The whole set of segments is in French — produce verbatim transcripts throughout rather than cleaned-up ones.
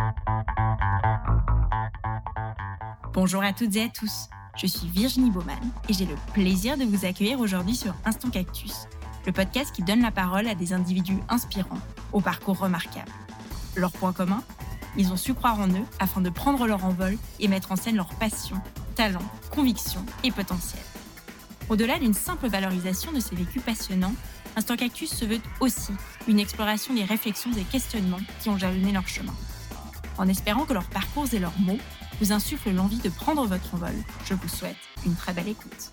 Bonjour à toutes et à tous, je suis Virginie Baumann et j'ai le plaisir de vous accueillir aujourd'hui sur Instant Cactus, le podcast qui donne la parole à des individus inspirants, au parcours remarquable. Leur point commun ? Ils ont su croire en eux afin de prendre leur envol et mettre en scène leurs passions, talents, convictions et potentiel. Au-delà d'une simple valorisation de ces vécus passionnants, Instant Cactus se veut aussi une exploration des réflexions et questionnements qui ont jalonné leur chemin. En espérant que leurs parcours et leurs mots vous insufflent l'envie de prendre votre envol, je vous souhaite une très belle écoute.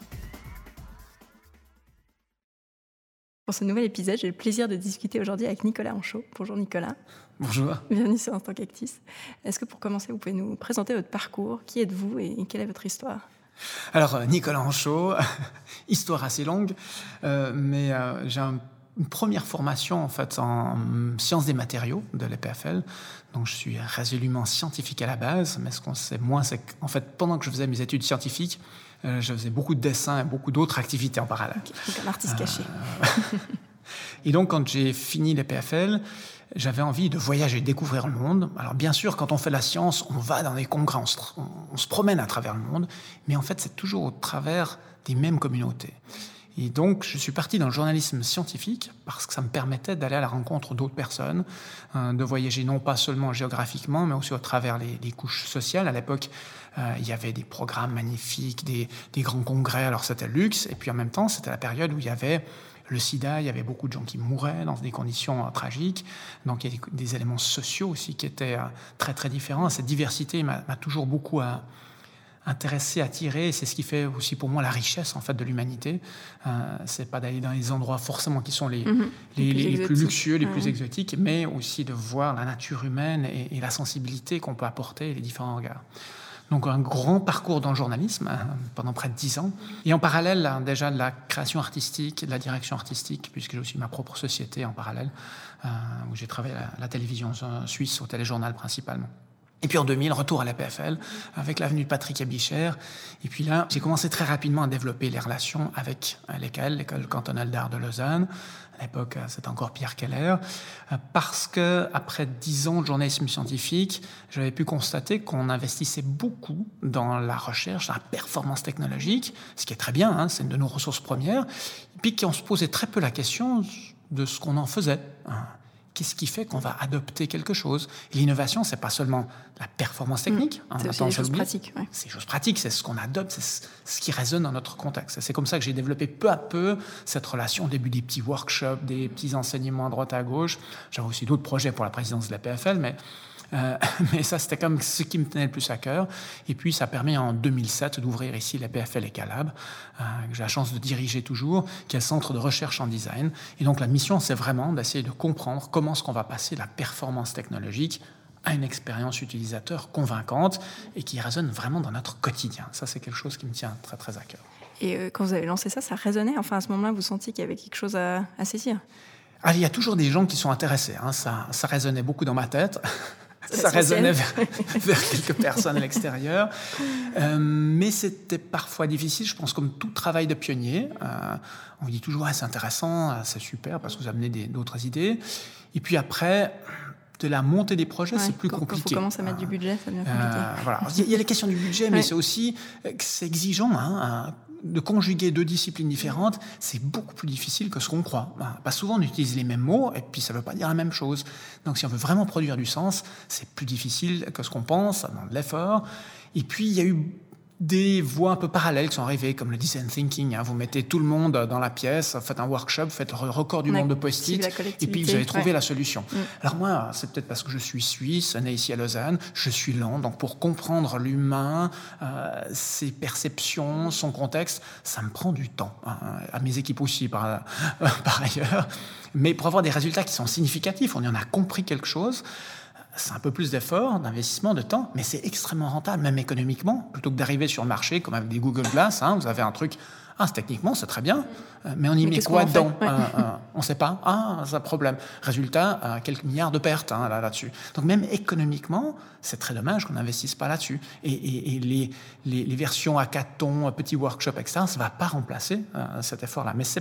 Pour ce nouvel épisode, j'ai le plaisir de discuter aujourd'hui avec Nicolas Anchaud. Bonjour Nicolas. Bonjour. Bienvenue sur Instant Cactus. Est-ce que pour commencer, vous pouvez nous présenter votre parcours ? Qui êtes-vous et quelle est votre histoire ? Alors, Nicolas Anchaud, histoire assez longue, euh, mais euh, j'ai un, une première formation en fait en sciences des matériaux de l'E P F L. Donc, je suis résolument scientifique à la base, mais ce qu'on sait moins, c'est qu'en fait, pendant que je faisais mes études scientifiques, euh, je faisais beaucoup de dessins et beaucoup d'autres activités en parallèle. Okay, donc un artiste caché. Euh, et donc, quand j'ai fini l'E P F L, j'avais envie de voyager, de découvrir le monde. Alors bien sûr, quand on fait la science, on va dans des congrès, on se, on, on se promène à travers le monde, mais en fait, c'est toujours au travers des mêmes communautés. Et donc, je suis parti dans le journalisme scientifique parce que ça me permettait d'aller à la rencontre d'autres personnes, euh, de voyager non pas seulement géographiquement, mais aussi au travers les, les couches sociales. À l'époque, euh, il y avait des programmes magnifiques, des, des grands congrès, alors c'était le luxe, et puis en même temps, c'était la période où il y avait le sida, il y avait beaucoup de gens qui mouraient dans des conditions euh, tragiques. Donc, il y a des, des éléments sociaux aussi qui étaient euh, très, très différents. Cette diversité m'a, m'a toujours beaucoup euh, intéressé, attiré. Et c'est ce qui fait aussi pour moi la richesse en fait, de l'humanité. Euh, c'est pas d'aller dans les endroits forcément qui sont les, mmh, les, les, plus, les plus luxueux, les ouais. plus exotiques, mais aussi de voir la nature humaine et, et la sensibilité qu'on peut apporter et les différents regards. Donc un grand parcours dans le journalisme hein, pendant près de dix ans. Et en parallèle, là, déjà de la création artistique, de la direction artistique, puisque j'ai aussi ma propre société en parallèle, euh, où j'ai travaillé à la, à la télévision suisse, au téléjournal principalement. Et puis en deux mille, retour à l'E P F L, avec l'avenue de Patrick Abicher. Et puis là, j'ai commencé très rapidement à développer les relations avec l'E C A L, l'École cantonale d'art de Lausanne. À l'époque, c'était encore Pierre Keller, parce qu'après dix ans de journalisme scientifique, j'avais pu constater qu'on investissait beaucoup dans la recherche, dans la performance technologique, ce qui est très bien, hein, c'est une de nos ressources premières, et puis qu'on se posait très peu la question de ce qu'on en faisait. Qu'est-ce qui fait qu'on va adopter quelque chose ? Et l'innovation, c'est pas seulement la performance technique. Mmh, c'est aussi des choses pratiques. Ouais. C'est des choses pratiques, c'est ce qu'on adopte, c'est ce qui résonne dans notre contexte. C'est comme ça que j'ai développé peu à peu cette relation, au début des petits workshops, des petits enseignements à droite à gauche. J'avais aussi d'autres projets pour la présidence de l'E P F L, mais, euh, mais ça, c'était comme ce qui me tenait le plus à cœur. Et puis, ça a permis en deux mille sept d'ouvrir ici l'E P F L et Calab, euh, que j'ai la chance de diriger toujours, qui est le centre de recherche en design. Et donc, la mission, c'est vraiment d'essayer de comprendre comment est-ce qu'on va passer la performance technologique à une expérience utilisateur convaincante et qui résonne vraiment dans notre quotidien. Ça, c'est quelque chose qui me tient très, très à cœur. Et euh, quand vous avez lancé ça, ça résonnait ? Enfin, à ce moment-là, vous sentiez qu'il y avait quelque chose à, à saisir ? Ah, il y a toujours des gens qui sont intéressés. Hein. Ça, ça résonnait beaucoup dans ma tête. Ça résonnait vers, vers quelques personnes à l'extérieur. Euh, mais c'était parfois difficile, je pense, comme tout travail de pionnier. Euh, on vous dit toujours, ah, c'est intéressant, c'est super, parce que vous amenez des, d'autres idées. Et puis après, de la montée des projets, ouais, c'est plus quand, compliqué. Quand on commence à mettre euh, du budget, ça devient compliqué. Euh, voilà. Il y a les questions du budget, mais ouais. c'est aussi que c'est exigeant, hein, de conjuguer deux disciplines différentes, c'est beaucoup plus difficile que ce qu'on croit. Pas souvent, on utilise les mêmes mots, et puis ça ne veut pas dire la même chose. Donc, si on veut vraiment produire du sens, c'est plus difficile que ce qu'on pense, ça demande de l'effort. Et puis, il y a eu des voies un peu parallèles qui sont arrivées, comme le design thinking. Hein. Vous mettez tout le monde dans la pièce, faites un workshop, faites le record du nombre de post-it, et puis vous allez trouver ouais. la solution. Mm. Alors moi, c'est peut-être parce que je suis suisse, né ici à Lausanne, je suis lent, donc pour comprendre l'humain, euh, ses perceptions, son contexte, ça me prend du temps. Hein. À mes équipes aussi, par, euh, par ailleurs. Mais pour avoir des résultats qui sont significatifs, on y en a compris quelque chose, c'est un peu plus d'effort, d'investissement, de temps, mais c'est extrêmement rentable, même économiquement, plutôt que d'arriver sur le marché comme avec des Google Glass. Hein, vous avez un truc, ah, techniquement, c'est très bien, mais on y mais met quoi dedans ouais. euh, euh, On ne sait pas. Ah, c'est un problème. Résultat, euh, quelques milliards de pertes hein, là, là-dessus. Donc même économiquement, c'est très dommage qu'on n'investisse pas là-dessus. Et, et, et les, les, les versions hackathon, petits workshops, et cetera, ça ne va pas remplacer euh, cet effort-là. Mais c'est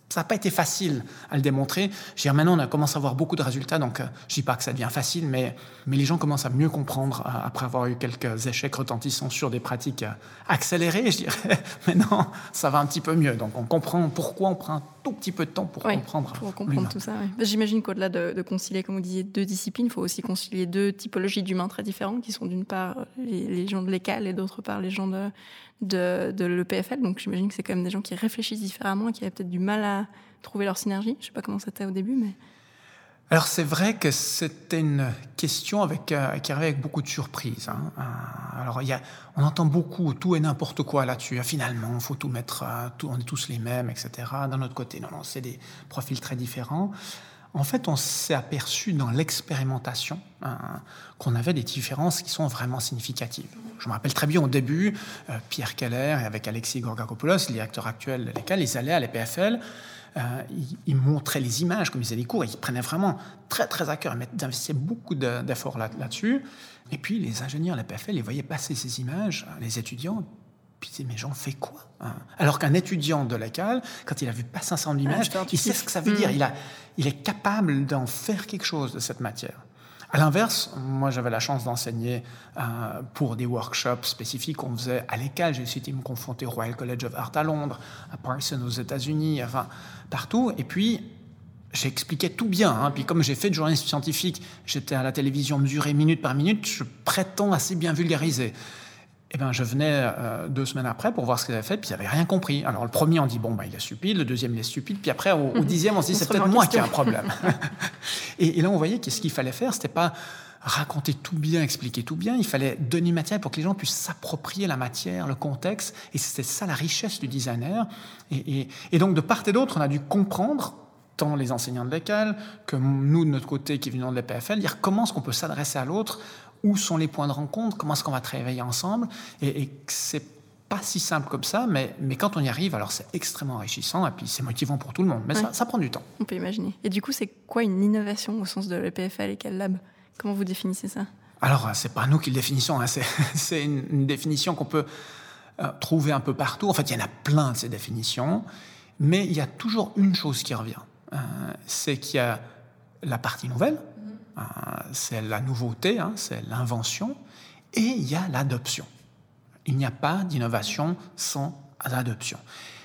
ça n'a pas été facile à le démontrer. Je veux dire, maintenant, on a commencé à avoir beaucoup de résultats, donc euh, je ne dis pas que ça devient facile, mais, mais les gens commencent à mieux comprendre euh, après avoir eu quelques échecs retentissants sur des pratiques euh, accélérées, je dirais. Maintenant, ça va un petit peu mieux. Donc, on comprend pourquoi on prend un tout petit peu de temps pour oui, comprendre. Pour comprendre tout ça, oui. J'imagine qu'au-delà de, de concilier, comme vous disiez, deux disciplines, il faut aussi concilier deux typologies d'humains très différentes, qui sont d'une part les, les gens de l'E C A L et d'autre part les gens de, de, de l'E P F L. Donc, j'imagine que c'est quand même des gens qui réfléchissent différemment et qui avaient peut-être du mal à trouver leur synergie. Je ne sais pas comment c'était au début, mais... Alors, c'est vrai que c'était une question avec, euh, qui arrivait avec beaucoup de surprises. Hein. Euh, alors, il y a, on entend beaucoup tout et n'importe quoi là-dessus. Ah, finalement, il faut tout mettre, euh, tout, on est tous les mêmes, et cetera. D'un autre côté, non, non, c'est des profils très différents. En fait, on s'est aperçu dans l'expérimentation hein, qu'on avait des différences qui sont vraiment significatives. Je me rappelle très bien au début, euh, Pierre Keller et avec Alexis Georgakopoulos, le directeur actuel de l'E C A L, ils allaient à l'E P F L. Euh, ils, ils montraient les images, comme ils faisaient les cours, et ils prenaient vraiment très, très à cœur. Ils investissaient beaucoup de, d'efforts là, là-dessus. Et puis, les ingénieurs de l'E P F L, ils voyaient passer ces images, les étudiants, puis ils disaient, mais j'en fais quoi hein? Alors qu'un étudiant de l'E C A L, quand il a vu passer un certain nombre d'images, ah, il sait ce que ça veut mmh. dire. Il, a, il est capable d'en faire quelque chose de cette matière. À l'inverse, moi, j'avais la chance d'enseigner euh, pour des workshops spécifiques qu'on faisait à l'E C A L. J'ai aussi été me confronter au Royal College of Art à Londres, à Parsons aux États-Unis, enfin, partout. Et puis, j'expliquais tout bien. Hein. Puis, comme j'ai fait de journalisme scientifique, j'étais à la télévision mesurée minute par minute, je prétends assez bien vulgariser. Eh ben, je venais euh, deux semaines après pour voir ce qu'ils avaient fait, puis ils n'avaient rien compris. Alors, le premier, on dit, bon, ben, il est stupide, le deuxième, il est stupide, puis après, au, au dixième, on se dit, on c'est peut-être moi qui ai un problème. et, et là, on voyait que ce qu'il fallait faire, c'était pas raconter tout bien, expliquer tout bien, il fallait donner une matière pour que les gens puissent s'approprier la matière, le contexte, et c'était ça la richesse du designer. Et, et, et donc, de part et d'autre, on a dû comprendre, tant les enseignants de l'E C A L que nous, de notre côté, qui venons de l'E P F L, dire comment est-ce qu'on peut s'adresser à l'autre, où sont les points de rencontre, comment est-ce qu'on va travailler ensemble, et, et c'est pas si simple comme ça, mais, mais quand on y arrive, alors c'est extrêmement enrichissant, et puis c'est motivant pour tout le monde, mais ouais. ça, ça prend du temps. On peut imaginer. Et du coup, c'est quoi une innovation au sens de l'E P F L et quel lab? Comment vous définissez ça? Alors, c'est pas nous qui le définissons, hein, c'est, c'est une, une définition qu'on peut euh, trouver un peu partout. En fait, il y en a plein de ces définitions, mais il y a toujours une chose qui revient, euh, c'est qu'il y a la partie nouvelle, Euh, c'est la nouveauté, hein, c'est l'invention, et il y a l'adoption. Il n'y a pas d'innovation sans adoption.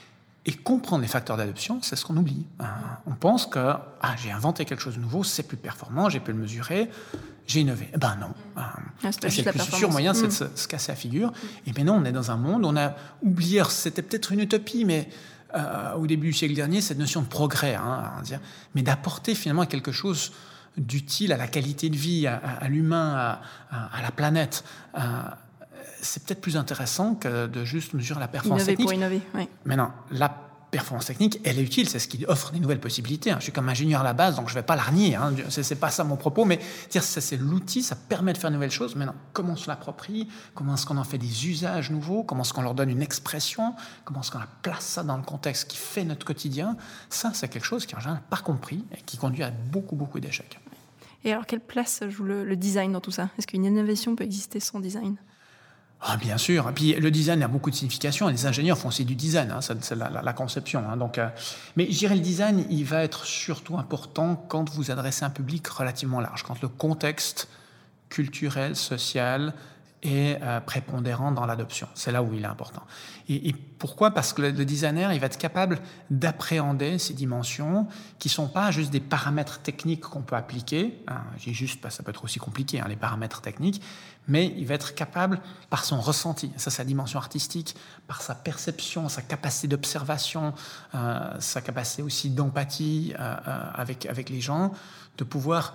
Et comprendre les facteurs d'adoption, c'est ce qu'on oublie. Euh, on pense que ah, j'ai inventé quelque chose de nouveau, c'est plus performant, j'ai pu le mesurer, j'ai innové. Eh ben non. Euh, ah, c'est, c'est le plus sûr moyen, mmh. c'est de se, se casser la figure. Et maintenant, on est dans un monde où on a oublié, c'était peut-être une utopie, mais euh, au début du siècle dernier, cette notion de progrès, hein, à dire, mais d'apporter finalement quelque chose d'utile à la qualité de vie, à, à, à l'humain, à, à, à la planète. Euh, c'est peut-être plus intéressant que de juste mesurer la performance innover technique. Pour innover, oui. Mais non, la performance technique, elle est utile, c'est ce qui offre des nouvelles possibilités. Hein. Je suis comme ingénieur à la base, donc je ne vais pas la renier. Hein. C'est, c'est pas ça mon propos, mais dire ça, c'est l'outil, ça permet de faire de nouvelles choses. Mais non, comment on se l'approprie, comment est-ce qu'on en fait des usages nouveaux, comment est-ce qu'on leur donne une expression, comment est-ce qu'on place ça dans le contexte qui fait notre quotidien. Ça, c'est quelque chose qui en général n'est pas compris et qui conduit à beaucoup, beaucoup d'échecs. Et alors, quelle place joue le, le design dans tout ça? Est-ce qu'une innovation peut exister sans design? Ah, bien sûr. Et puis, le design a beaucoup de significations. Les ingénieurs font aussi du design, hein, c'est, c'est la, la, la conception. Hein, donc, euh, mais je dirais le design, il va être surtout important quand vous adressez un public relativement large, quand le contexte culturel, social est euh, prépondérant dans l'adoption. C'est là où il est important. Et, et pourquoi? Parce que le, le designer, il va être capable d'appréhender ces dimensions qui ne sont pas juste des paramètres techniques qu'on peut appliquer. Hein, j'ai juste, ça peut être aussi compliqué, hein, les paramètres techniques, mais il va être capable, par son ressenti, ça c'est la dimension artistique, par sa perception, sa capacité d'observation, euh, sa capacité aussi d'empathie euh, euh, avec, avec les gens, de pouvoir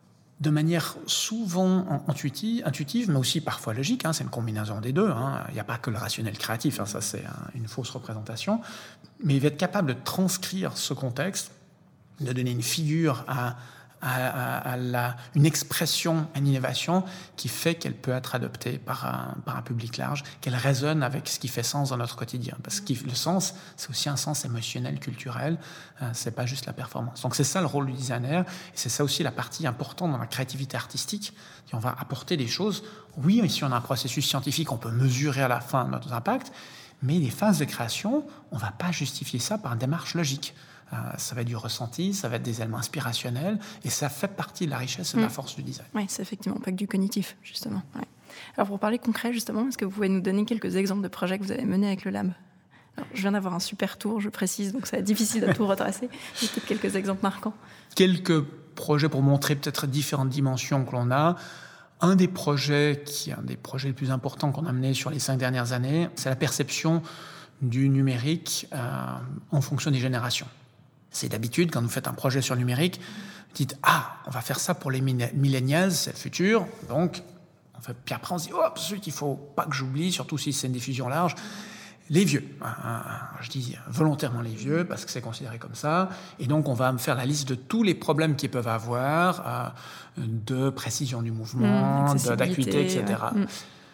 de manière souvent intuitive, intuitive, mais aussi parfois logique, hein, c'est une combinaison des deux, hein, il n'y a pas que le rationnel créatif, hein, ça c'est un, une fausse représentation, mais il va être capable de transcrire ce contexte, de donner une figure à, à, à, à la, une expression, à une innovation qui fait qu'elle peut être adoptée par un, par un public large, qu'elle résonne avec ce qui fait sens dans notre quotidien. Parce que le sens, c'est aussi un sens émotionnel, culturel, euh, c'est pas juste la performance. Donc c'est ça le rôle du designer, et c'est ça aussi la partie importante dans la créativité artistique. Et on va apporter des choses. Oui, ici on a un processus scientifique, on peut mesurer à la fin notre impact, mais les phases de création, on ne va pas justifier ça par une démarche logique. Euh, ça va être du ressenti, ça va être des éléments inspirationnels, et ça fait partie de la richesse et de la force du design. Oui, c'est effectivement pas que du cognitif, justement. Ouais. Alors pour parler concret, justement, est-ce que vous pouvez nous donner quelques exemples de projets que vous avez menés avec le lab ? Alors, je viens d'avoir un super tour, je précise, donc ça va être difficile de tout retracer. Mais peut-être quelques exemples marquants. Quelques projets pour montrer peut-être différentes dimensions que l'on a. Un des projets, qui est un des projets les plus importants qu'on a mené sur les cinq dernières années, c'est la perception du numérique euh, en fonction des générations. C'est d'habitude, quand vous faites un projet sur le numérique, vous dites « Ah, on va faire ça pour les millennials, c'est le futur. » Donc, on fait, puis après on se dit « Oh, celui qu'il ne faut pas que j'oublie, surtout si c'est une diffusion large. » Les vieux, je dis volontairement les vieux parce que c'est considéré comme ça, et donc on va me faire la liste de tous les problèmes qu'ils peuvent avoir, euh, de précision du mouvement, mmh, d'acuité, et cetera. Ouais. Mmh.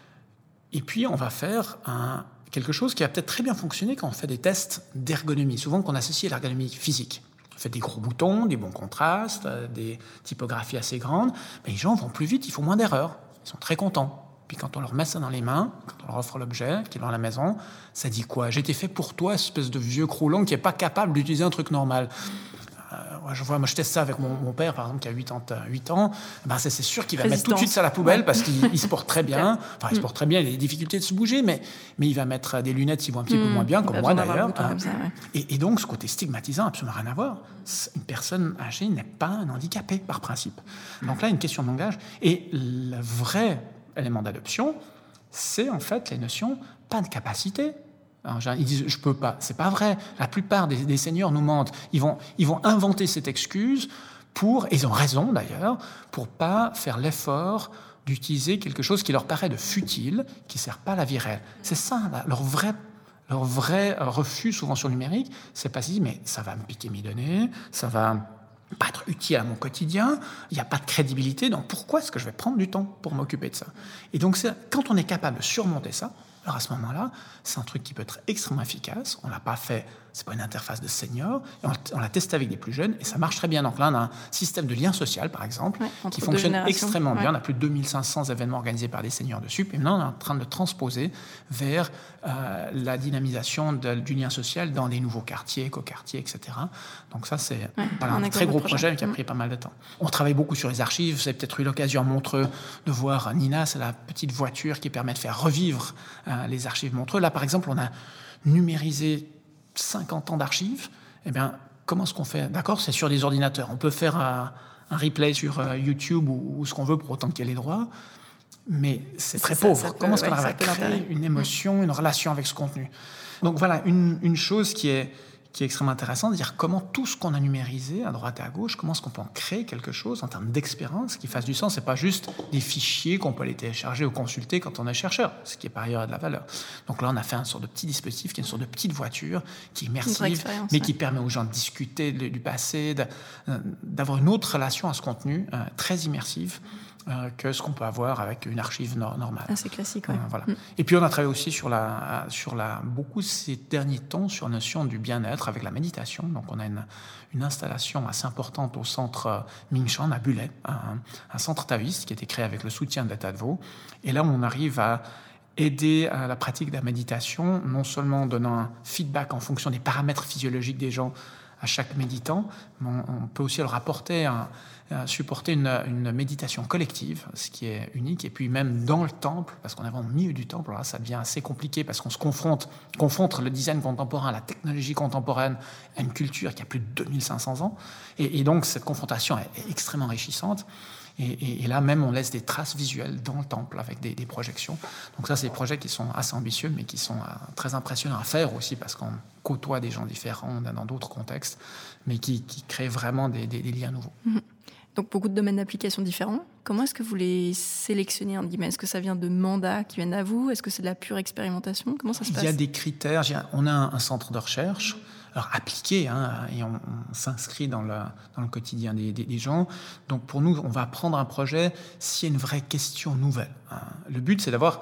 Et puis on va faire un, quelque chose qui a peut-être très bien fonctionné quand on fait des tests d'ergonomie, souvent qu'on associe à l'ergonomie physique. On fait des gros boutons, des bons contrastes, des typographies assez grandes, mais les gens vont plus vite, ils font moins d'erreurs, ils sont très contents. Puis quand on leur met ça dans les mains, quand on leur offre l'objet qui est dans la maison, ça dit quoi ? J'ai été fait pour toi, espèce de vieux croulant qui n'est pas capable d'utiliser un truc normal. Euh, ouais, je vois, moi je teste ça avec mon, mon père, par exemple, qui a huit ans. Ben, c'est, c'est sûr qu'il va Résistance. mettre tout de suite ça à la poubelle, ouais. Parce qu'il il se porte très bien. Enfin, il se porte très bien, il a des difficultés de se bouger, mais, mais il va mettre des lunettes s'il voit un petit mmh, peu moins bien, comme moi d'ailleurs. Hein. Ça, ouais. et, et donc, ce côté stigmatisant, absolument rien à voir. Une personne âgée n'est pas un handicapé, par principe. Donc là, une question de langage. Et le vrai élément d'adoption, c'est en fait les notions pas de capacité. Alors, ils disent je peux pas, c'est pas vrai. La plupart des, des seniors nous mentent. Ils vont, ils vont inventer cette excuse pour, et ils ont raison d'ailleurs, pour pas faire l'effort d'utiliser quelque chose qui leur paraît de futile, qui sert pas à la vie réelle. C'est ça là, leur vrai, leur vrai refus souvent sur le numérique, c'est pas si mais ça va me piquer mes données, ça va pas être utile à mon quotidien, il n'y a pas de crédibilité, donc pourquoi est-ce que je vais prendre du temps pour m'occuper de ça ? Et donc, c'est, quand on est capable de surmonter ça, alors à ce moment-là, c'est un truc qui peut être extrêmement efficace. On ne l'a pas fait, c'est pas une interface de senior, et on, on l'a testé avec des plus jeunes, et ça marche très bien. Donc là, on a un système de lien social, par exemple, ouais, qui fonctionne extrêmement ouais. bien. On a plus de deux mille cinq cents événements organisés par des seniors dessus, et maintenant, on est en train de transposer vers euh, la dynamisation de, du lien social dans des nouveaux quartiers, éco-quartiers, et cetera. Donc ça, c'est ouais, voilà, un très gros projet, projet qui a pris mmh. pas mal de temps. On travaille beaucoup sur les archives. Vous avez peut-être eu l'occasion à Montreux de voir Nina, c'est la petite voiture qui permet de faire revivre euh, les archives Montreux. Là, par exemple, on a numérisé cinquante ans d'archives. Eh bien, comment est-ce qu'on fait ? D'accord, c'est sur des ordinateurs. On peut faire un, un replay sur euh, YouTube ou, ou ce qu'on veut pour autant qu'il y ait les droits. Mais c'est, c'est très ça, pauvre. Ça peut, comment est-ce qu'on ouais, arrive à créer une émotion, une relation avec ce contenu ? Donc voilà, une, une chose qui est, qui est extrêmement intéressante, de dire comment tout ce qu'on a numérisé à droite et à gauche, comment est-ce qu'on peut en créer quelque chose en termes d'expérience qui fasse du sens. C'est pas juste des fichiers qu'on peut aller télécharger ou consulter quand on est chercheur, ce qui est par ailleurs a de la valeur. Donc là, on a fait un sorte de petit dispositif qui est une sorte de petite voiture qui est immersive, mais ouais. qui permet aux gens de discuter de, du passé, de, d'avoir une autre relation à ce contenu euh, très immersive. Euh, que ce qu'on peut avoir avec une archive no- normale. Ah, c'est classique, ouais. Euh, voilà. Mm. Et puis on a travaillé aussi sur la, sur la, beaucoup ces derniers temps sur la notion du bien-être avec la méditation. Donc on a une, une installation assez importante au centre Mingshan à Bullet, un, un centre taoïste qui a été créé avec le soutien de l'État de Vaud. Et là, on arrive à aider à la pratique de la méditation, non seulement en donnant un feedback en fonction des paramètres physiologiques des gens à chaque méditant, mais on, on peut aussi leur apporter un supporter une, une méditation collective, ce qui est unique, et puis même dans le temple, parce qu'on est vraiment au milieu du temple, là, ça devient assez compliqué, parce qu'on se confronte, confronte le design contemporain, la technologie contemporaine, à une culture qui a plus de deux mille cinq cents ans, et, et donc cette confrontation est, est extrêmement enrichissante, et, et, et là même on laisse des traces visuelles dans le temple, avec des, des projections. Donc ça, c'est des projets qui sont assez ambitieux, mais qui sont euh, très impressionnants à faire aussi, parce qu'on côtoie des gens différents dans d'autres contextes, mais qui, qui créent vraiment des, des, des liens nouveaux. Mmh. Donc, beaucoup de domaines d'application différents. Comment est-ce que vous les sélectionnez, en guillemets ? Est-ce que ça vient de mandats qui viennent à vous ? Est-ce que c'est de la pure expérimentation ? Comment ça se passe ? Il y a des critères. On a un centre de recherche, alors appliqué, hein, et on, on s'inscrit dans le, dans le quotidien des, des, des gens. Donc, pour nous, on va prendre un projet s'il y a une vraie question nouvelle. Hein. Le but, c'est d'avoir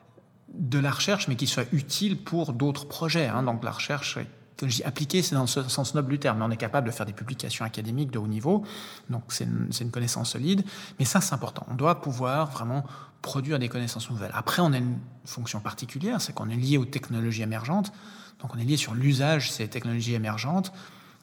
de la recherche, mais qui soit utile pour d'autres projets. Hein. Donc, la recherche... Quand je dis appliqué, c'est dans le sens noble du terme, mais on est capable de faire des publications académiques de haut niveau, donc c'est une, c'est une connaissance solide, mais ça c'est important, on doit pouvoir vraiment produire des connaissances nouvelles. Après, on a une fonction particulière, c'est qu'on est lié aux technologies émergentes, donc on est lié sur l'usage de ces technologies émergentes,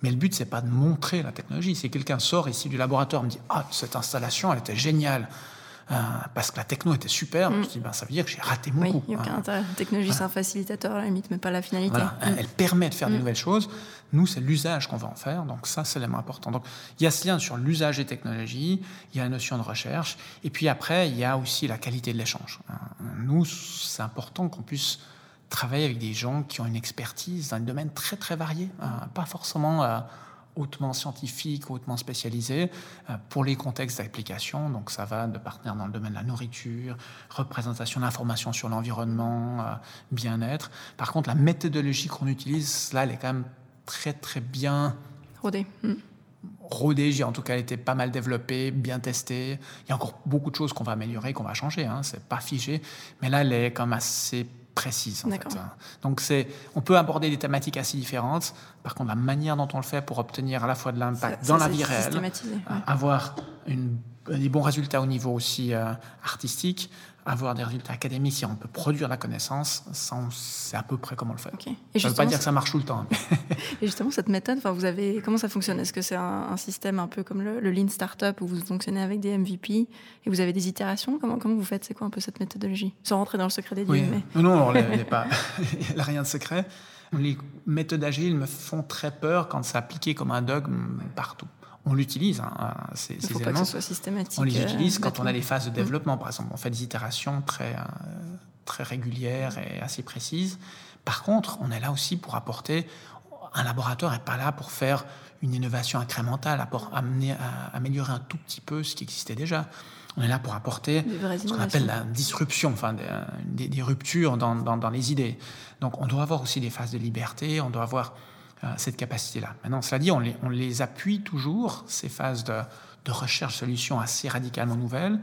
Mais le but, c'est pas de montrer la technologie. Si quelqu'un sort ici du laboratoire et me dit « Ah, cette installation, elle était géniale !» Euh, parce que la techno était super, mm. je dis, ben, ça veut dire que j'ai raté mon oui, coup. Il n'y a aucun intérêt. La technologie, voilà. C'est un facilitateur à la limite, mais pas la finalité. Voilà. Mm. Elle permet de faire mm. de nouvelles choses. Nous, c'est l'usage qu'on va en faire. Donc ça, c'est l'élément important. Donc il y a ce lien sur l'usage des technologies, il y a la notion de recherche. Et puis après, il y a aussi la qualité de l'échange. Nous, c'est important qu'on puisse travailler avec des gens qui ont une expertise dans un domaine très, très varié. Euh, pas forcément... Euh, hautement scientifique, hautement spécialisé, euh, pour les contextes d'application. Donc ça va de partenaires dans le domaine de la nourriture, représentation d'informations sur l'environnement, euh, bien-être. Par contre, la méthodologie qu'on utilise, là, elle est quand même très, très bien... Rodée. Mm. Rodée, en tout cas, elle était pas mal développée, bien testée. Il y a encore beaucoup de choses qu'on va améliorer, qu'on va changer. Hein. C'est pas figé. Mais là, elle est quand même assez... précise en fait. Donc c'est, on peut aborder des thématiques assez différentes. Par contre, la manière dont on le fait pour obtenir à la fois de l'impact ça, dans ça, la vie réelle, ouais. avoir une, des bons résultats au niveau aussi euh, artistique, avoir des résultats académiques, si on peut produire la connaissance, ça, on, c'est à peu près comment le faire. Okay. Et ça ne veut pas dire que ça marche tout le temps. Et justement, cette méthode, vous avez, comment ça fonctionne ? Est-ce que c'est un, un système un peu comme le, le Lean Startup où vous fonctionnez avec des M V P et vous avez des itérations ? Comment, comment vous faites ? C'est quoi un peu cette méthodologie ? Sans rentrer dans le secret des dieux. Oui. Mais... Non, il n'y a rien de secret. Les méthodes agiles me font très peur quand c'est appliqué comme un dogme partout. On l'utilise, hein, ces, ces éléments. Pas que ce soit systématique. On les utilise euh, quand on a des phases de développement, par exemple. On fait des itérations très, euh, très régulières et assez précises. Par contre, on est là aussi pour apporter... Un laboratoire n'est pas là pour faire une innovation incrémentale, pour amener à améliorer un tout petit peu ce qui existait déjà. On est là pour apporter ce qu'on appelle la disruption, enfin des, des, des ruptures dans, dans, dans les idées. Donc on doit avoir aussi des phases de liberté, on doit avoir... cette capacité-là. Maintenant, cela dit, on les, on les appuie toujours, ces phases de, de recherche-solutions assez radicalement nouvelles,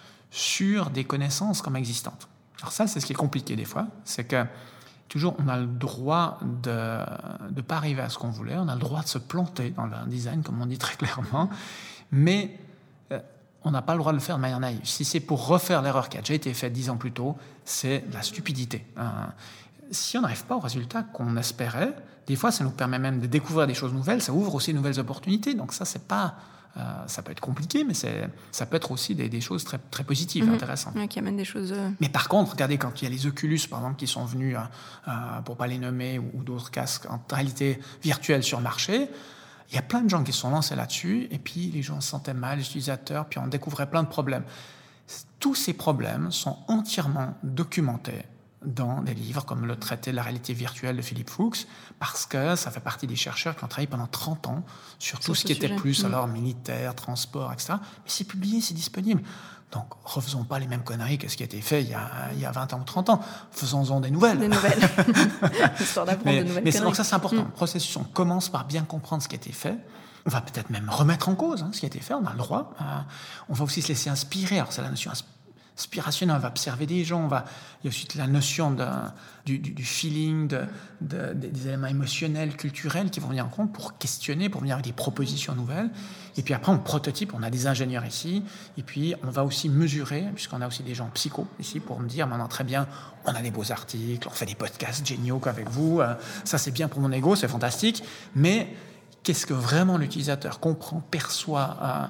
sur des connaissances comme existantes. Alors ça, c'est ce qui est compliqué des fois, c'est que toujours, on a le droit de ne pas arriver à ce qu'on voulait, on a le droit de se planter dans le design, comme on dit très clairement, mais euh, on n'a pas le droit de le faire de manière naïve. Si c'est pour refaire l'erreur qui a déjà été faite dix ans plus tôt, c'est de la stupidité. Hein. Si on n'arrive pas au résultat qu'on espérait, des fois, ça nous permet même de découvrir des choses nouvelles, ça ouvre aussi de nouvelles opportunités. Donc ça, c'est pas, euh, ça peut être compliqué, mais c'est, ça peut être aussi des, des choses très, très positives, mmh. intéressantes. Ouais, qui amènent des choses... Euh... Mais par contre, regardez, quand il y a les Oculus, par exemple, qui sont venus, euh, pour ne pas les nommer, ou, ou d'autres casques en réalité virtuelle sur le marché, il y a plein de gens qui se sont lancés là-dessus, et puis les gens se sentaient mal, les utilisateurs, puis on découvrait plein de problèmes. Tous ces problèmes sont entièrement documentés dans des livres comme le traité de la réalité virtuelle de Philippe Fuchs, parce que ça fait partie des chercheurs qui ont travaillé pendant trente ans sur tout sur ce qui sujet. était plus, mmh. alors militaire, transport, et cetera. Mais c'est publié, c'est disponible. Donc, refaisons pas les mêmes conneries que ce qui a été fait il y a, il y a vingt ans ou trente ans. Faisons-en des nouvelles. Des nouvelles. Histoire d'apprendre mais, de nouvelles mais conneries. Donc ça, c'est important. Mmh. Le processus, on commence par bien comprendre ce qui a été fait. On va peut-être même remettre en cause hein, ce qui a été fait, on a le droit. Euh, on va aussi se laisser inspirer. Alors, c'est la notion inspirationnelle, on va observer des gens, on va... il y a aussi la notion de, du, du, du feeling, de, de, des éléments émotionnels, culturels qui vont venir en compte pour questionner, pour venir avec des propositions nouvelles. Et puis après, on prototype, on a des ingénieurs ici, et puis on va aussi mesurer, puisqu'on a aussi des gens psycho ici, pour me dire, maintenant très bien, on a des beaux articles, on fait des podcasts géniaux qu'avec vous, euh, ça c'est bien pour mon ego, c'est fantastique, mais qu'est-ce que vraiment l'utilisateur comprend, perçoit euh,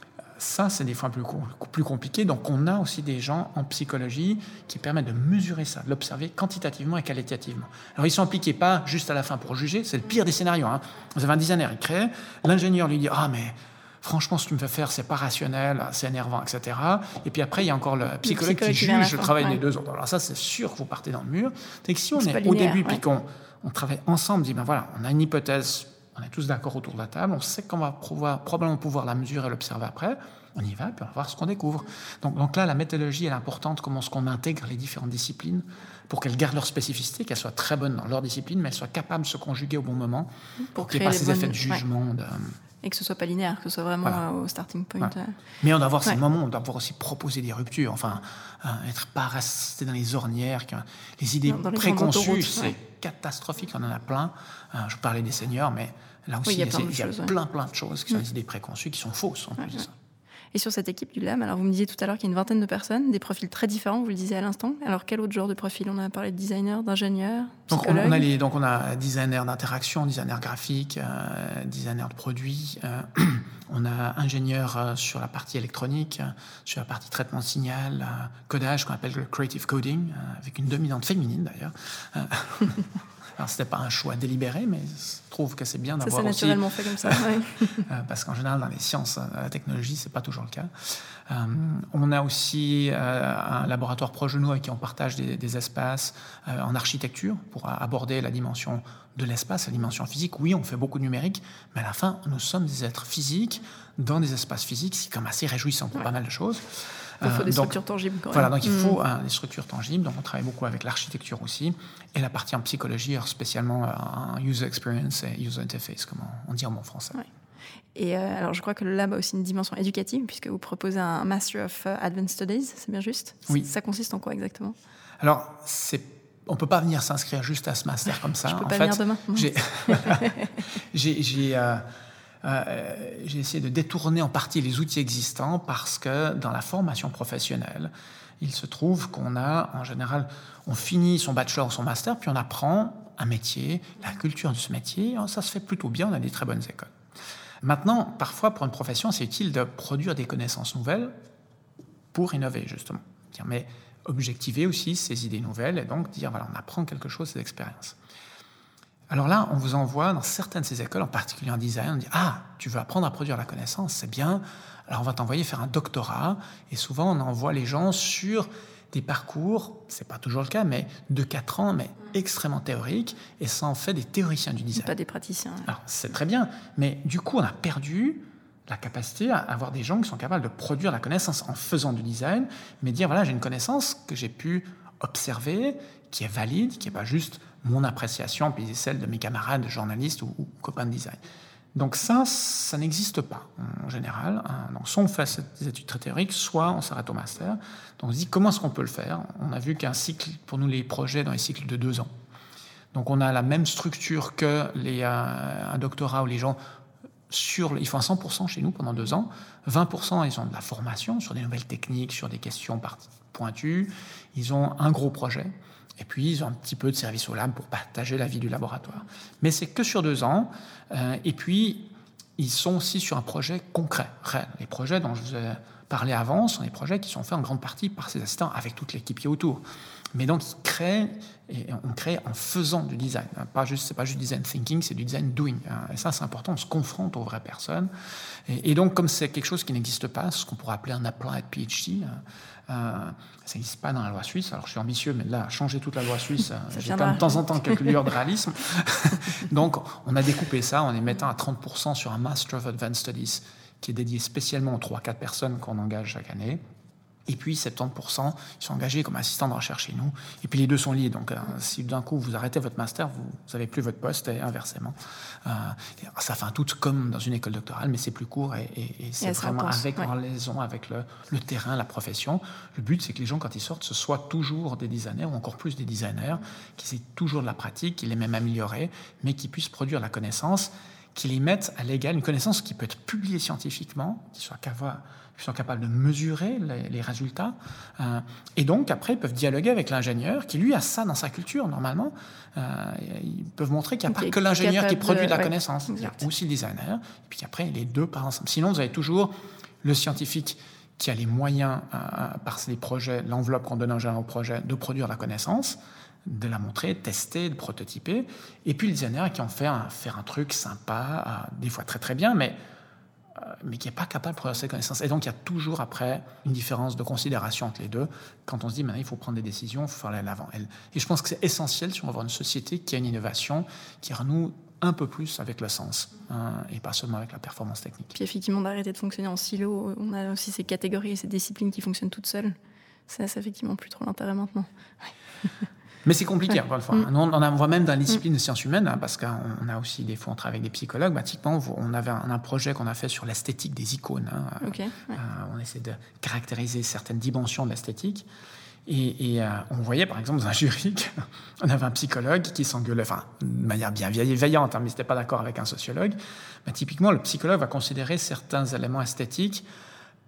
ça, c'est des fois plus, plus compliqué. Donc, on a aussi des gens en psychologie qui permettent de mesurer ça, de l'observer quantitativement et qualitativement. Alors, ils sont impliqués pas juste à la fin pour juger. C'est le pire des scénarios. Hein. Vous avez un designer, il crée. L'ingénieur lui dit « Ah, mais franchement, ce que tu me fais faire, c'est pas rationnel, c'est énervant, et cetera » Et puis après, il y a encore le psychologue, le psychologue qui juge le travail ouais. des deux autres. Alors ça, c'est sûr que vous partez dans le mur. C'est que si on c'est est au linéaire, début, ouais. puis qu'on on travaille ensemble, on dit « Ben voilà, on a une hypothèse, on est tous d'accord autour de la table, on sait qu'on va pouvoir, probablement pouvoir la mesurer et l'observer après. » On y va, puis on va voir ce qu'on découvre. Donc, donc là, la méthodologie, elle est importante, comment est-ce qu'on intègre les différentes disciplines pour qu'elles gardent leur spécificité, qu'elles soient très bonnes dans leur discipline, mais elles soient capables de se conjuguer au bon moment, pour qu'il n'y ait pas ces bonnes... effets de jugement. Ouais. De... Et que ce ne soit pas linéaire, que ce soit vraiment voilà. au starting point. Voilà. Mais on doit avoir ouais. ces moments, on doit pouvoir aussi proposer des ruptures, enfin, euh, être pas resté dans les ornières, les idées non, préconçues, c'est ouais. catastrophique, on en a plein. Euh, je parlais des seniors, mais là aussi, oui, il y a, plein, il y a, choses, il y a plein, plein de choses qui sont ouais. des idées préconçues, qui sont fausses en plus de ça. Et sur cette équipe du lab, alors vous me disiez tout à l'heure qu'il y a une vingtaine de personnes, des profils très différents, vous le disiez à l'instant. Alors quel autre genre de profil? On a parlé de designers, d'ingénieurs, donc psychologues. on, on a les, donc on a designer d'interaction, designer graphique, euh, designer de produits. Euh, on a ingénieur euh, sur la partie électronique, euh, sur la partie traitement de signal, euh, codage qu'on appelle le creative coding, euh, avec une dominante féminine d'ailleurs. Euh, Alors, ce n'était pas un choix délibéré, mais je trouve que c'est bien d'avoir ça, c'est aussi... naturellement fait comme ça, oui. euh, parce qu'en général, dans les sciences, la technologie, ce n'est pas toujours le cas. Euh, on a aussi euh, un laboratoire proche de nous avec qui on partage des, des espaces euh, en architecture pour aborder la dimension de l'espace, la dimension physique. Oui, on fait beaucoup de numérique, mais à la fin, nous sommes des êtres physiques dans des espaces physiques. C'est quand même assez réjouissant pour ouais. pas mal de choses. Il faut des donc, structures tangibles. Quand même. Voilà, donc il faut mmh. hein, des structures tangibles. Donc on travaille beaucoup avec l'architecture aussi. Et la partie en psychologie, spécialement en user experience et user interface, comme on dit en bon français. Ouais. Et euh, alors je crois que le lab a aussi une dimension éducative, puisque vous proposez un Master of Advanced Studies, c'est bien juste? Oui. Ça consiste en quoi exactement? Alors, c'est... on ne peut pas venir s'inscrire juste à ce master comme ça. Je ne peux en pas fait, venir demain. J'ai, j'ai, j'ai, euh, euh, j'ai essayé de détourner en partie les outils existants parce que dans la formation professionnelle, il se trouve qu'on a, en général, on finit son bachelor, son master, puis on apprend un métier, la culture de ce métier, ça se fait plutôt bien, on a des très bonnes écoles. Maintenant, parfois, pour une profession, c'est utile de produire des connaissances nouvelles pour innover, justement. Mais objectiver aussi ces idées nouvelles et donc dire, voilà, on apprend quelque chose, ces expériences. Alors là, on vous envoie dans certaines de ces écoles, en particulier en design, on dit « Ah, tu veux apprendre à produire la connaissance, c'est bien, alors on va t'envoyer faire un doctorat. » Et souvent, on envoie les gens sur des parcours, c'est pas toujours le cas, mais de quatre ans, mais extrêmement théoriques, et ça en fait des théoriciens du design. Pas des praticiens. Ouais. Alors, c'est très bien, mais du coup, on a perdu la capacité à avoir des gens qui sont capables de produire la connaissance en faisant du design, mais dire, voilà, j'ai une connaissance que j'ai pu observer, qui est valide, qui n'est pas juste mon appréciation, puis celle de mes camarades journalistes ou, ou copains de design. Donc ça, ça n'existe pas en général. Donc soit on fait des études très théoriques, soit on s'arrête au master. Donc on se dit comment est-ce qu'on peut le faire? On a vu qu'un cycle, pour nous les projets dans les cycles de deux ans. Donc on a la même structure que les, euh, un doctorat où les gens, sur, ils font un cent pour cent chez nous pendant deux ans. vingt pour cent ils ont de la formation sur des nouvelles techniques, sur des questions pointues. Ils ont un gros projet. Et puis, ils ont un petit peu de service au lab pour partager la vie du laboratoire. Mais c'est que sur deux ans. Euh, et puis, ils sont aussi sur un projet concret, réel. Les projets dont je vous ai parlé avant sont des projets qui sont faits en grande partie par ces assistants avec toute l'équipe qui est autour. Mais donc, ils créent, et on crée en faisant du design. Pas juste, c'est pas juste design thinking, c'est du design doing. Et ça, c'est important, on se confronte aux vraies personnes. Et, et donc, comme c'est quelque chose qui n'existe pas, ce qu'on pourrait appeler un applied PhD, euh, ça n'existe pas dans la loi suisse. Alors, je suis ambitieux, mais là, changer toute la loi suisse, j'ai quand même de temps en temps quelques lueurs de réalisme. Donc, on a découpé ça en les mettant à trente pour cent sur un Master of Advanced Studies qui est dédié spécialement aux trois à quatre personnes qu'on engage chaque année. Et puis, soixante-dix pour cent, ils sont engagés comme assistants de recherche chez nous. Et puis, les deux sont liés. Donc, euh, si d'un coup, vous arrêtez votre master, vous n'avez plus votre poste et inversement. Euh, et ça fait un tout comme dans une école doctorale, mais c'est plus court et, et, et c'est et vraiment intense, avec, ouais. en liaison avec le, le terrain, la profession. Le but, c'est que les gens, quand ils sortent, ce soient toujours des designers ou encore plus des designers, qui aient toujours de la pratique, qui l'aient même améliorée, mais qui puissent produire la connaissance, qui les mettent à l'égal, une connaissance qui peut être publiée scientifiquement, qui soit capable qui sont capables de mesurer les, les résultats. Euh, et donc, après, ils peuvent dialoguer avec l'ingénieur qui, lui, a ça dans sa culture, normalement. Euh, ils peuvent montrer qu'il n'y a pas que l'ingénieur qui produit de la ouais, connaissance. Exact. Il y a aussi le designer. Et puis après, les deux par ensemble. Sinon, vous avez toujours le scientifique qui a les moyens, euh, par les projets, l'enveloppe qu'on donne en général au projet, de produire la connaissance, de la montrer, de tester, de prototyper. Et puis le designer qui en fait un, faire un truc sympa, euh, des fois très très bien, mais mais qui n'est pas capable de produire cette connaissance. Et donc, il y a toujours, après, une différence de considération entre les deux. Quand on se dit, maintenant, il faut prendre des décisions, il faut faire aller à l'avant. Et je pense que c'est essentiel si on veut avoir une société qui a une innovation, qui renoue un peu plus avec le sens, hein, et pas seulement avec la performance technique. Puis effectivement, d'arrêter de fonctionner en silo. On a aussi ces catégories et ces disciplines qui fonctionnent toutes seules. Ça, c'est effectivement plus trop l'intérêt maintenant. Ouais. Mais c'est compliqué, encore une fois. Mmh. On, on voit même dans la discipline mmh. de sciences humaines, hein, parce qu'on a aussi des fois, on travaille avec des psychologues. Bah, typiquement, on avait un, un projet qu'on a fait sur l'esthétique des icônes. Hein. Okay, ouais. euh, on essaie de caractériser certaines dimensions de l'esthétique. Et, et euh, on voyait, par exemple, dans un jury, on avait un psychologue qui s'engueulait, enfin, de manière bien bienveillante, hein, mais il n'était pas d'accord avec un sociologue. Bah, typiquement, le psychologue va considérer certains éléments esthétiques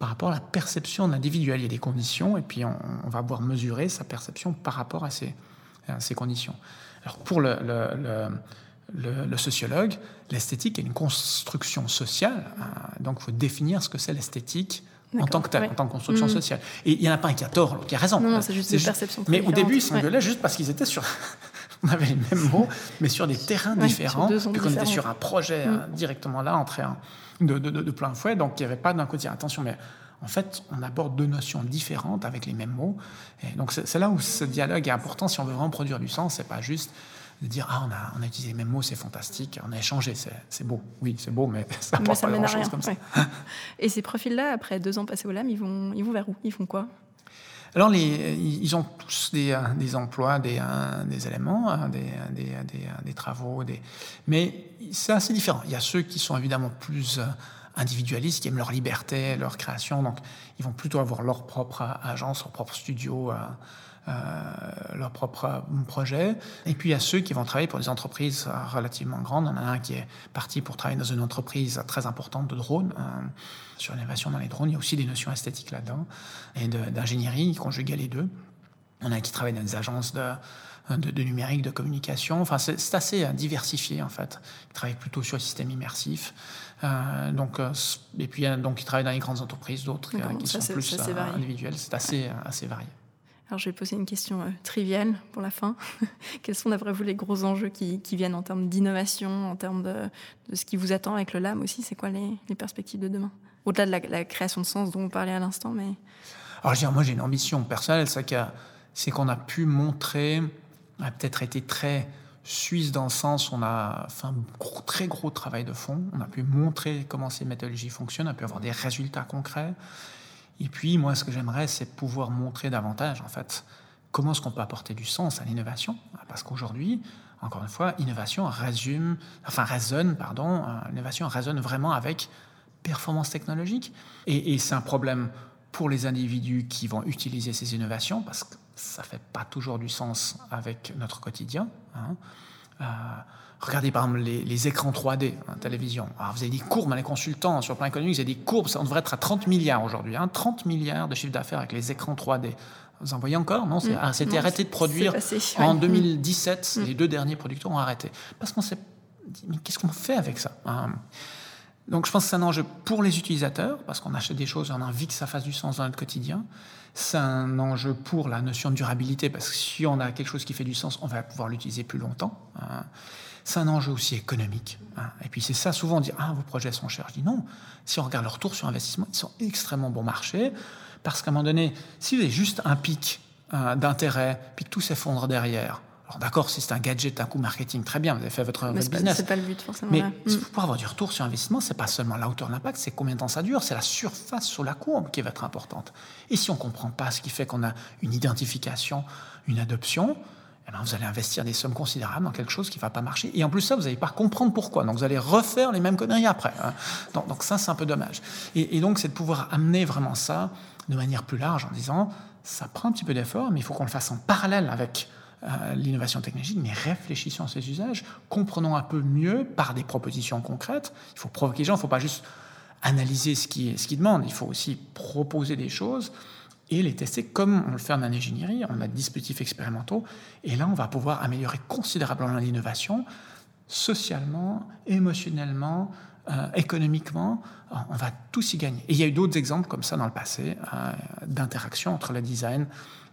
par rapport à la perception de l'individuel. Il y a des conditions, et puis on, on va pouvoir mesurer sa perception par rapport à ces, à ces conditions. Alors pour le, le, le, le, le sociologue, l'esthétique est une construction sociale, hein, donc il faut définir ce que c'est l'esthétique en tant que tel, ouais. en tant que construction mmh. sociale. Et il n'y en a pas un qui a tort, l'autre qui a raison. Non, non, c'est juste c'est une juste... perception. Mais au début, ils s'engueulaient ouais. juste parce qu'ils étaient sur... On avait les mêmes mots, mais sur des terrains ouais, différents, puis qu'on était sur un projet mmh. hein, directement là, entré en, de, de, de, de plein fouet, donc il n'y avait pas d'un côté, attention, mais en fait, on aborde deux notions différentes avec les mêmes mots. Et donc c'est, c'est là où ce dialogue est important si on veut vraiment produire du sens, c'est pas juste de dire ah on a on a utilisé les mêmes mots, c'est fantastique, on a échangé, c'est c'est beau, oui c'est beau, mais ça ne pas grand chose comme ouais. ça. Et ces profils-là, après deux ans passés au L A M, ils vont ils vont vers où? Ils font quoi? Alors, les, ils ont tous des, des emplois, des, des éléments, des, des, des, des travaux, des... mais c'est assez différent. Il y a ceux qui sont évidemment plus individualistes, qui aiment leur liberté, leur création, donc ils vont plutôt avoir leur propre agence, leur propre studio, euh, leur propre projet. Et puis il y a ceux qui vont travailler pour des entreprises relativement grandes. Il y en a un qui est parti pour travailler dans une entreprise très importante de drones, euh, sur l'innovation dans les drones. Il y a aussi des notions esthétiques là-dedans, et de, d'ingénierie, conjuguer les deux. On a un qui travaille dans des agences de, de, de numérique, de communication. Enfin, c'est, c'est assez diversifié, en fait. Ils travaillent plutôt sur le système immersif. Euh, donc, euh, et puis, donc, ils travaillent dans les grandes entreprises, d'autres euh, qui ça, sont c'est, plus c'est euh, individuelles. C'est assez, euh, assez varié. Alors, je vais poser une question euh, triviale pour la fin. Quels sont, d'après vous, les gros enjeux qui, qui viennent en termes d'innovation, en termes de, de ce qui vous attend avec le L A M aussi? C'est quoi les, les perspectives de demain? Au-delà de la, la création de sens dont vous parlez à l'instant, mais... Alors, je veux dire, moi, j'ai une ambition personnelle, c'est, que, c'est qu'on a pu montrer, on a peut-être été très suisse dans le sens où on a fait un gros, très gros travail de fond, on a pu montrer comment ces méthodologies fonctionnent, on a pu avoir des résultats concrets. Et puis, moi, ce que j'aimerais, c'est pouvoir montrer davantage, en fait, comment est-ce qu'on peut apporter du sens à l'innovation. Parce qu'aujourd'hui, encore une fois, innovation résume, enfin, résonne, pardon, euh, l'innovation résonne vraiment avec performance technologique. Et, et c'est un problème pour les individus qui vont utiliser ces innovations, parce que ça ne fait pas toujours du sens avec notre quotidien. Hein. Euh, regardez par exemple les, les écrans trois D en télévision. Alors, vous avez des courbes, hein, les consultants sur le plan économique, vous avez des courbes, ça, on devrait être à trente milliards aujourd'hui. Hein, trente milliards de chiffre d'affaires avec les écrans trois D. Vous en voyez encore? Non, c'est, mmh. ah, c'était non, arrêté de produire passé, en ouais. deux mille dix-sept. Mmh. Les deux derniers producteurs ont arrêté. Parce qu'on s'est dit, mais qu'est-ce qu'on fait avec ça? hein Donc, je pense que c'est un enjeu pour les utilisateurs, parce qu'on achète des choses et on a envie que ça fasse du sens dans notre quotidien. C'est un enjeu pour la notion de durabilité, parce que si on a quelque chose qui fait du sens, on va pouvoir l'utiliser plus longtemps. Hein. C'est un enjeu aussi économique. Hein. Et puis, c'est ça, souvent, on dit « Ah, vos projets sont chers ». Je dis non. Si on regarde leur retour sur investissement, ils sont extrêmement bon marché, parce qu'à un moment donné, si vous avez juste un pic hein, d'intérêt, puis que tout s'effondre derrière, alors d'accord, si c'est un gadget, un coût marketing, très bien, vous avez fait votre, votre c'est business. Pas, c'est pas le but, forcément. Mais là. pour avoir du retour sur investissement, c'est pas seulement la hauteur de l'impact, c'est combien de temps ça dure, c'est la surface sur la courbe qui va être importante. Et si on comprend pas ce qui fait qu'on a une identification, une adoption, eh ben vous allez investir des sommes considérables dans quelque chose qui va pas marcher. Et en plus ça, vous n'allez pas comprendre pourquoi. Donc vous allez refaire les mêmes conneries après. Hein. Donc, donc ça, c'est un peu dommage. Et, et donc, c'est de pouvoir amener vraiment ça de manière plus large en disant, ça prend un petit peu d'effort, mais il faut qu'on le fasse en parallèle avec Euh, l'innovation technologique, mais réfléchissons à ces usages, comprenons un peu mieux par des propositions concrètes. Il faut provoquer les gens, il ne faut pas juste analyser ce qu'ils ce qu'ils demandent, il faut aussi proposer des choses et les tester comme on le fait en ingénierie. On a des dispositifs expérimentaux et là, on va pouvoir améliorer considérablement l'innovation socialement, émotionnellement, euh, économiquement. On va tous y gagner. Et il y a eu d'autres exemples comme ça dans le passé, euh, d'interaction entre le design,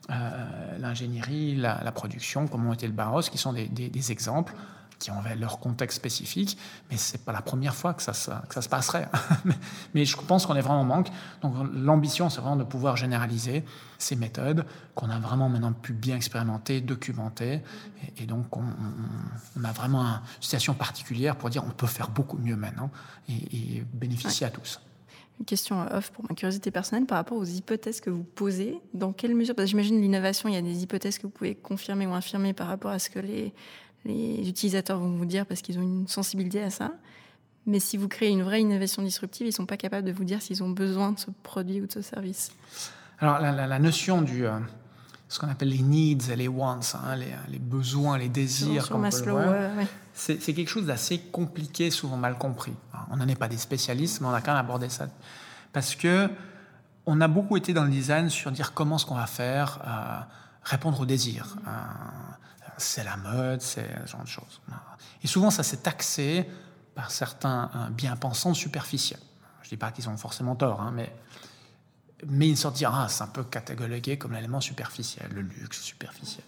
Euh, l'ingénierie, la, la production, comme ont été le Barros, qui sont des, des, des exemples qui ont leur contexte spécifique, mais ce n'est pas la première fois que ça, ça, que ça se passerait. mais, mais je pense qu'on est vraiment en manque. Donc l'ambition, c'est vraiment de pouvoir généraliser ces méthodes qu'on a vraiment maintenant pu bien expérimenter, documenter, et, et donc on, on, on a vraiment une situation particulière pour dire on peut faire beaucoup mieux maintenant et, et bénéficier ouais. à tous. Une question off pour ma curiosité personnelle par rapport aux hypothèses que vous posez. Dans quelle mesure, parce que j'imagine l'innovation, il y a des hypothèses que vous pouvez confirmer ou infirmer par rapport à ce que les, les utilisateurs vont vous dire parce qu'ils ont une sensibilité à ça. Mais si vous créez une vraie innovation disruptive, ils ne sont pas capables de vous dire s'ils ont besoin de ce produit ou de ce service. Alors la, la, la notion du... Euh, ce qu'on appelle les needs et les wants, hein, les, les besoins, les désirs, sur Maslow, ouais, ouais. c'est, c'est quelque chose d'assez compliqué, souvent mal compris. Alors, on n'en est pas des spécialistes, mais on a quand même abordé ça. Parce que on a beaucoup été dans le design sur dire comment ce qu'on va faire, euh, répondre aux désirs. Euh, c'est la mode, c'est ce genre de choses. Et souvent, ça s'est taxé par certains euh, bien-pensants superficiels. Je ne dis pas qu'ils ont forcément tort, hein, mais, mais ils sortent dire, ah, c'est un peu catalogué comme l'élément superficiel, le luxe superficiel.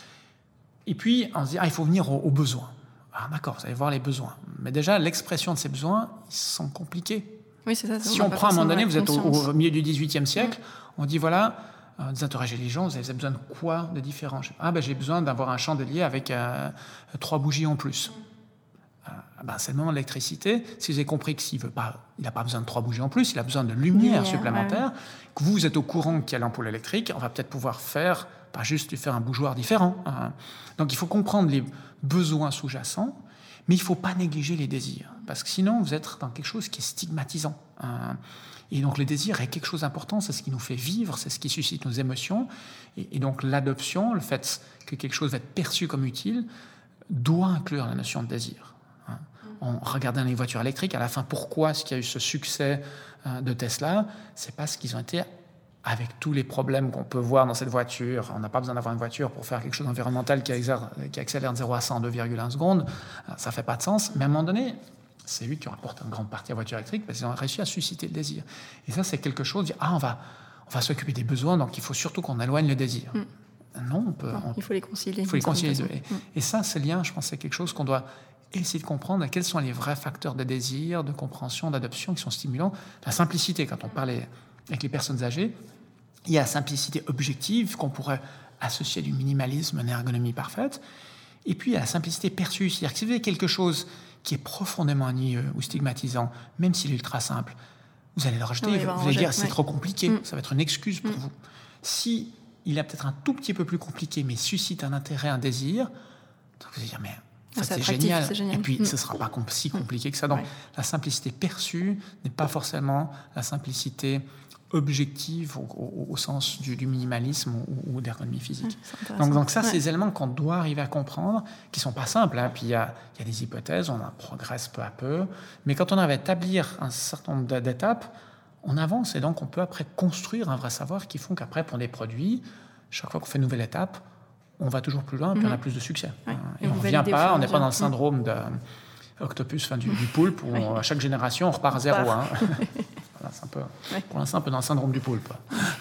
Et puis, on se dit, ah, il faut venir aux, aux besoins. Ah, d'accord, vous allez voir les besoins. Mais déjà, l'expression de ces besoins, ils sont compliqués. Oui, c'est ça. Si on, on prend à un moment donné, vous êtes au, au milieu du dix-huitième siècle, mmh. on dit, voilà, euh, vous interrogez les gens, vous avez besoin de quoi de différent? Ah, ben j'ai besoin d'avoir un chandelier avec euh, trois bougies en plus. Euh, ben, c'est le moment de l'électricité. Si vous avez compris que s'il veut pas, il n'a pas besoin de trois bougies en plus, il a besoin de lumière, lumière supplémentaire, ouais. que vous, vous êtes au courant qu'il y a l'ampoule électrique, on va peut-être pouvoir faire, pas juste lui faire un bougeoir différent. Hein. Donc il faut comprendre les besoins sous-jacents, mais il ne faut pas négliger les désirs, parce que sinon vous êtes dans quelque chose qui est stigmatisant. Hein. Et donc le désir est quelque chose d'important, c'est ce qui nous fait vivre, c'est ce qui suscite nos émotions. Et, et donc l'adoption, le fait que quelque chose va être perçu comme utile, doit inclure la notion de désir. Hein. On regardait les voitures électriques, à la fin, pourquoi est-ce qu'il y a eu ce succès euh, de Tesla? C'est parce qu'ils ont été, avec tous les problèmes qu'on peut voir dans cette voiture, on n'a pas besoin d'avoir une voiture pour faire quelque chose d'environnemental qui, qui accélère de zéro à cent en deux virgule un secondes, ça ne fait pas de sens. Mais à un moment donné, c'est lui qui rapporte une grande partie à la voiture électrique parce qu'ils ont réussi à susciter le désir. Et ça, c'est quelque chose, dire, ah, on va, on va s'occuper des besoins, donc il faut surtout qu'on éloigne le désir. Mm. Non, on peut... Non, on, il faut les concilier. Il faut les concilier. Mm. Et, et ça, ces liens, je pense, c'est quelque chose qu'on doit essayer de comprendre, quels sont les vrais facteurs de désir, de compréhension, d'adoption qui sont stimulants. La simplicité, quand on parle avec les personnes âgées, il y a la simplicité objective qu'on pourrait associer du minimalisme, une ergonomie parfaite. Et puis, il y a la simplicité perçue. C'est-à-dire que si vous avez quelque chose qui est profondément ennuyeux ou stigmatisant, même s'il est ultra simple, vous allez le rejeter. Oui, vous, vous allez dire, c'est ouais. trop compliqué. Mm. Ça va être une excuse pour mm. vous. Si il est peut-être un tout petit peu plus compliqué, mais suscite un intérêt, un désir, vous allez dire, mais en fait, c'est, c'est, génial. c'est génial. Et puis, mm. ce ne sera pas si compliqué que ça. Donc, ouais. la simplicité perçue n'est pas forcément la simplicité objective au, au, au sens du, du minimalisme ou, ou d'ergonomie physique. Ouais, donc, donc ça, ouais. c'est des éléments qu'on doit arriver à comprendre, qui ne sont pas simples. Hein. Puis il y a, y a des hypothèses, on en progresse peu à peu. Mais quand on arrive à établir un certain nombre d'étapes, on avance et donc on peut après construire un vrai savoir qui font qu'après, pour des produits, chaque fois qu'on fait une nouvelle étape, on va toujours plus loin, puis mm-hmm. on a plus de succès. Ouais. Et, et on ne revient pas, on n'est pas dans le syndrome de octopus, enfin, du, du poulpe, où ouais. à chaque génération, on repart à zéro. Hein. Voilà, c'est un peu, ouais. Pour l'instant, un peu dans le syndrome du poulpe.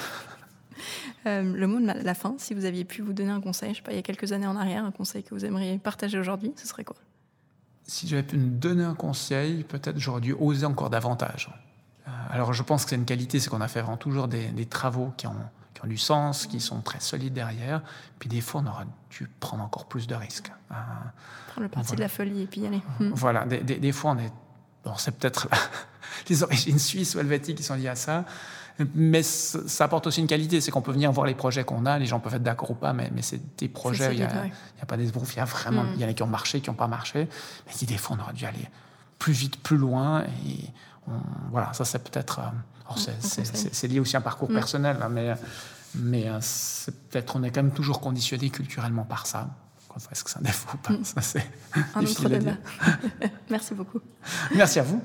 Euh, le mot de la fin, si vous aviez pu vous donner un conseil, je sais pas, il y a quelques années en arrière, un conseil que vous aimeriez partager aujourd'hui, ce serait quoi? Si j'avais pu me donner un conseil, peut-être j'aurais dû oser encore davantage. Euh, alors, je pense que c'est une qualité, c'est qu'on a fait vraiment toujours des, des travaux qui ont, qui ont du sens, qui sont très solides derrière. Puis des fois, on aurait dû prendre encore plus de risques. Euh, prendre le parti voilà. de la folie et puis y aller. Voilà, des, des, des fois, on est... Bon, c'est peut-être les origines suisses ou helvétiques qui sont liées à ça, mais ça apporte aussi une qualité, c'est qu'on peut venir voir les projets qu'on a, les gens peuvent être d'accord ou pas, mais, mais c'est des projets, il n'y a, ouais. a pas d'esbrouf, il y a vraiment, il mm. y en a qui ont marché, qui n'ont pas marché, mais si des fois on aurait dû aller plus vite, plus loin, et on, voilà, ça c'est peut-être, alors c'est, mm, c'est, c'est, c'est lié aussi à un parcours mm. personnel, hein, mais, mais c'est peut-être, on est quand même toujours conditionné culturellement par ça. Est-ce que c'est un défaut ou pas? mm. Ça, c'est un autre débat. Merci beaucoup. Merci à vous.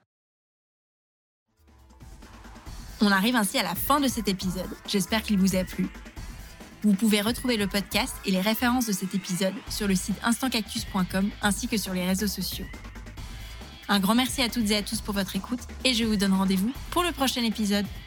On arrive ainsi à la fin de cet épisode. J'espère qu'il vous a plu. Vous pouvez retrouver le podcast et les références de cet épisode sur le site instant cactus point com ainsi que sur les réseaux sociaux. Un grand merci à toutes et à tous pour votre écoute et je vous donne rendez-vous pour le prochain épisode.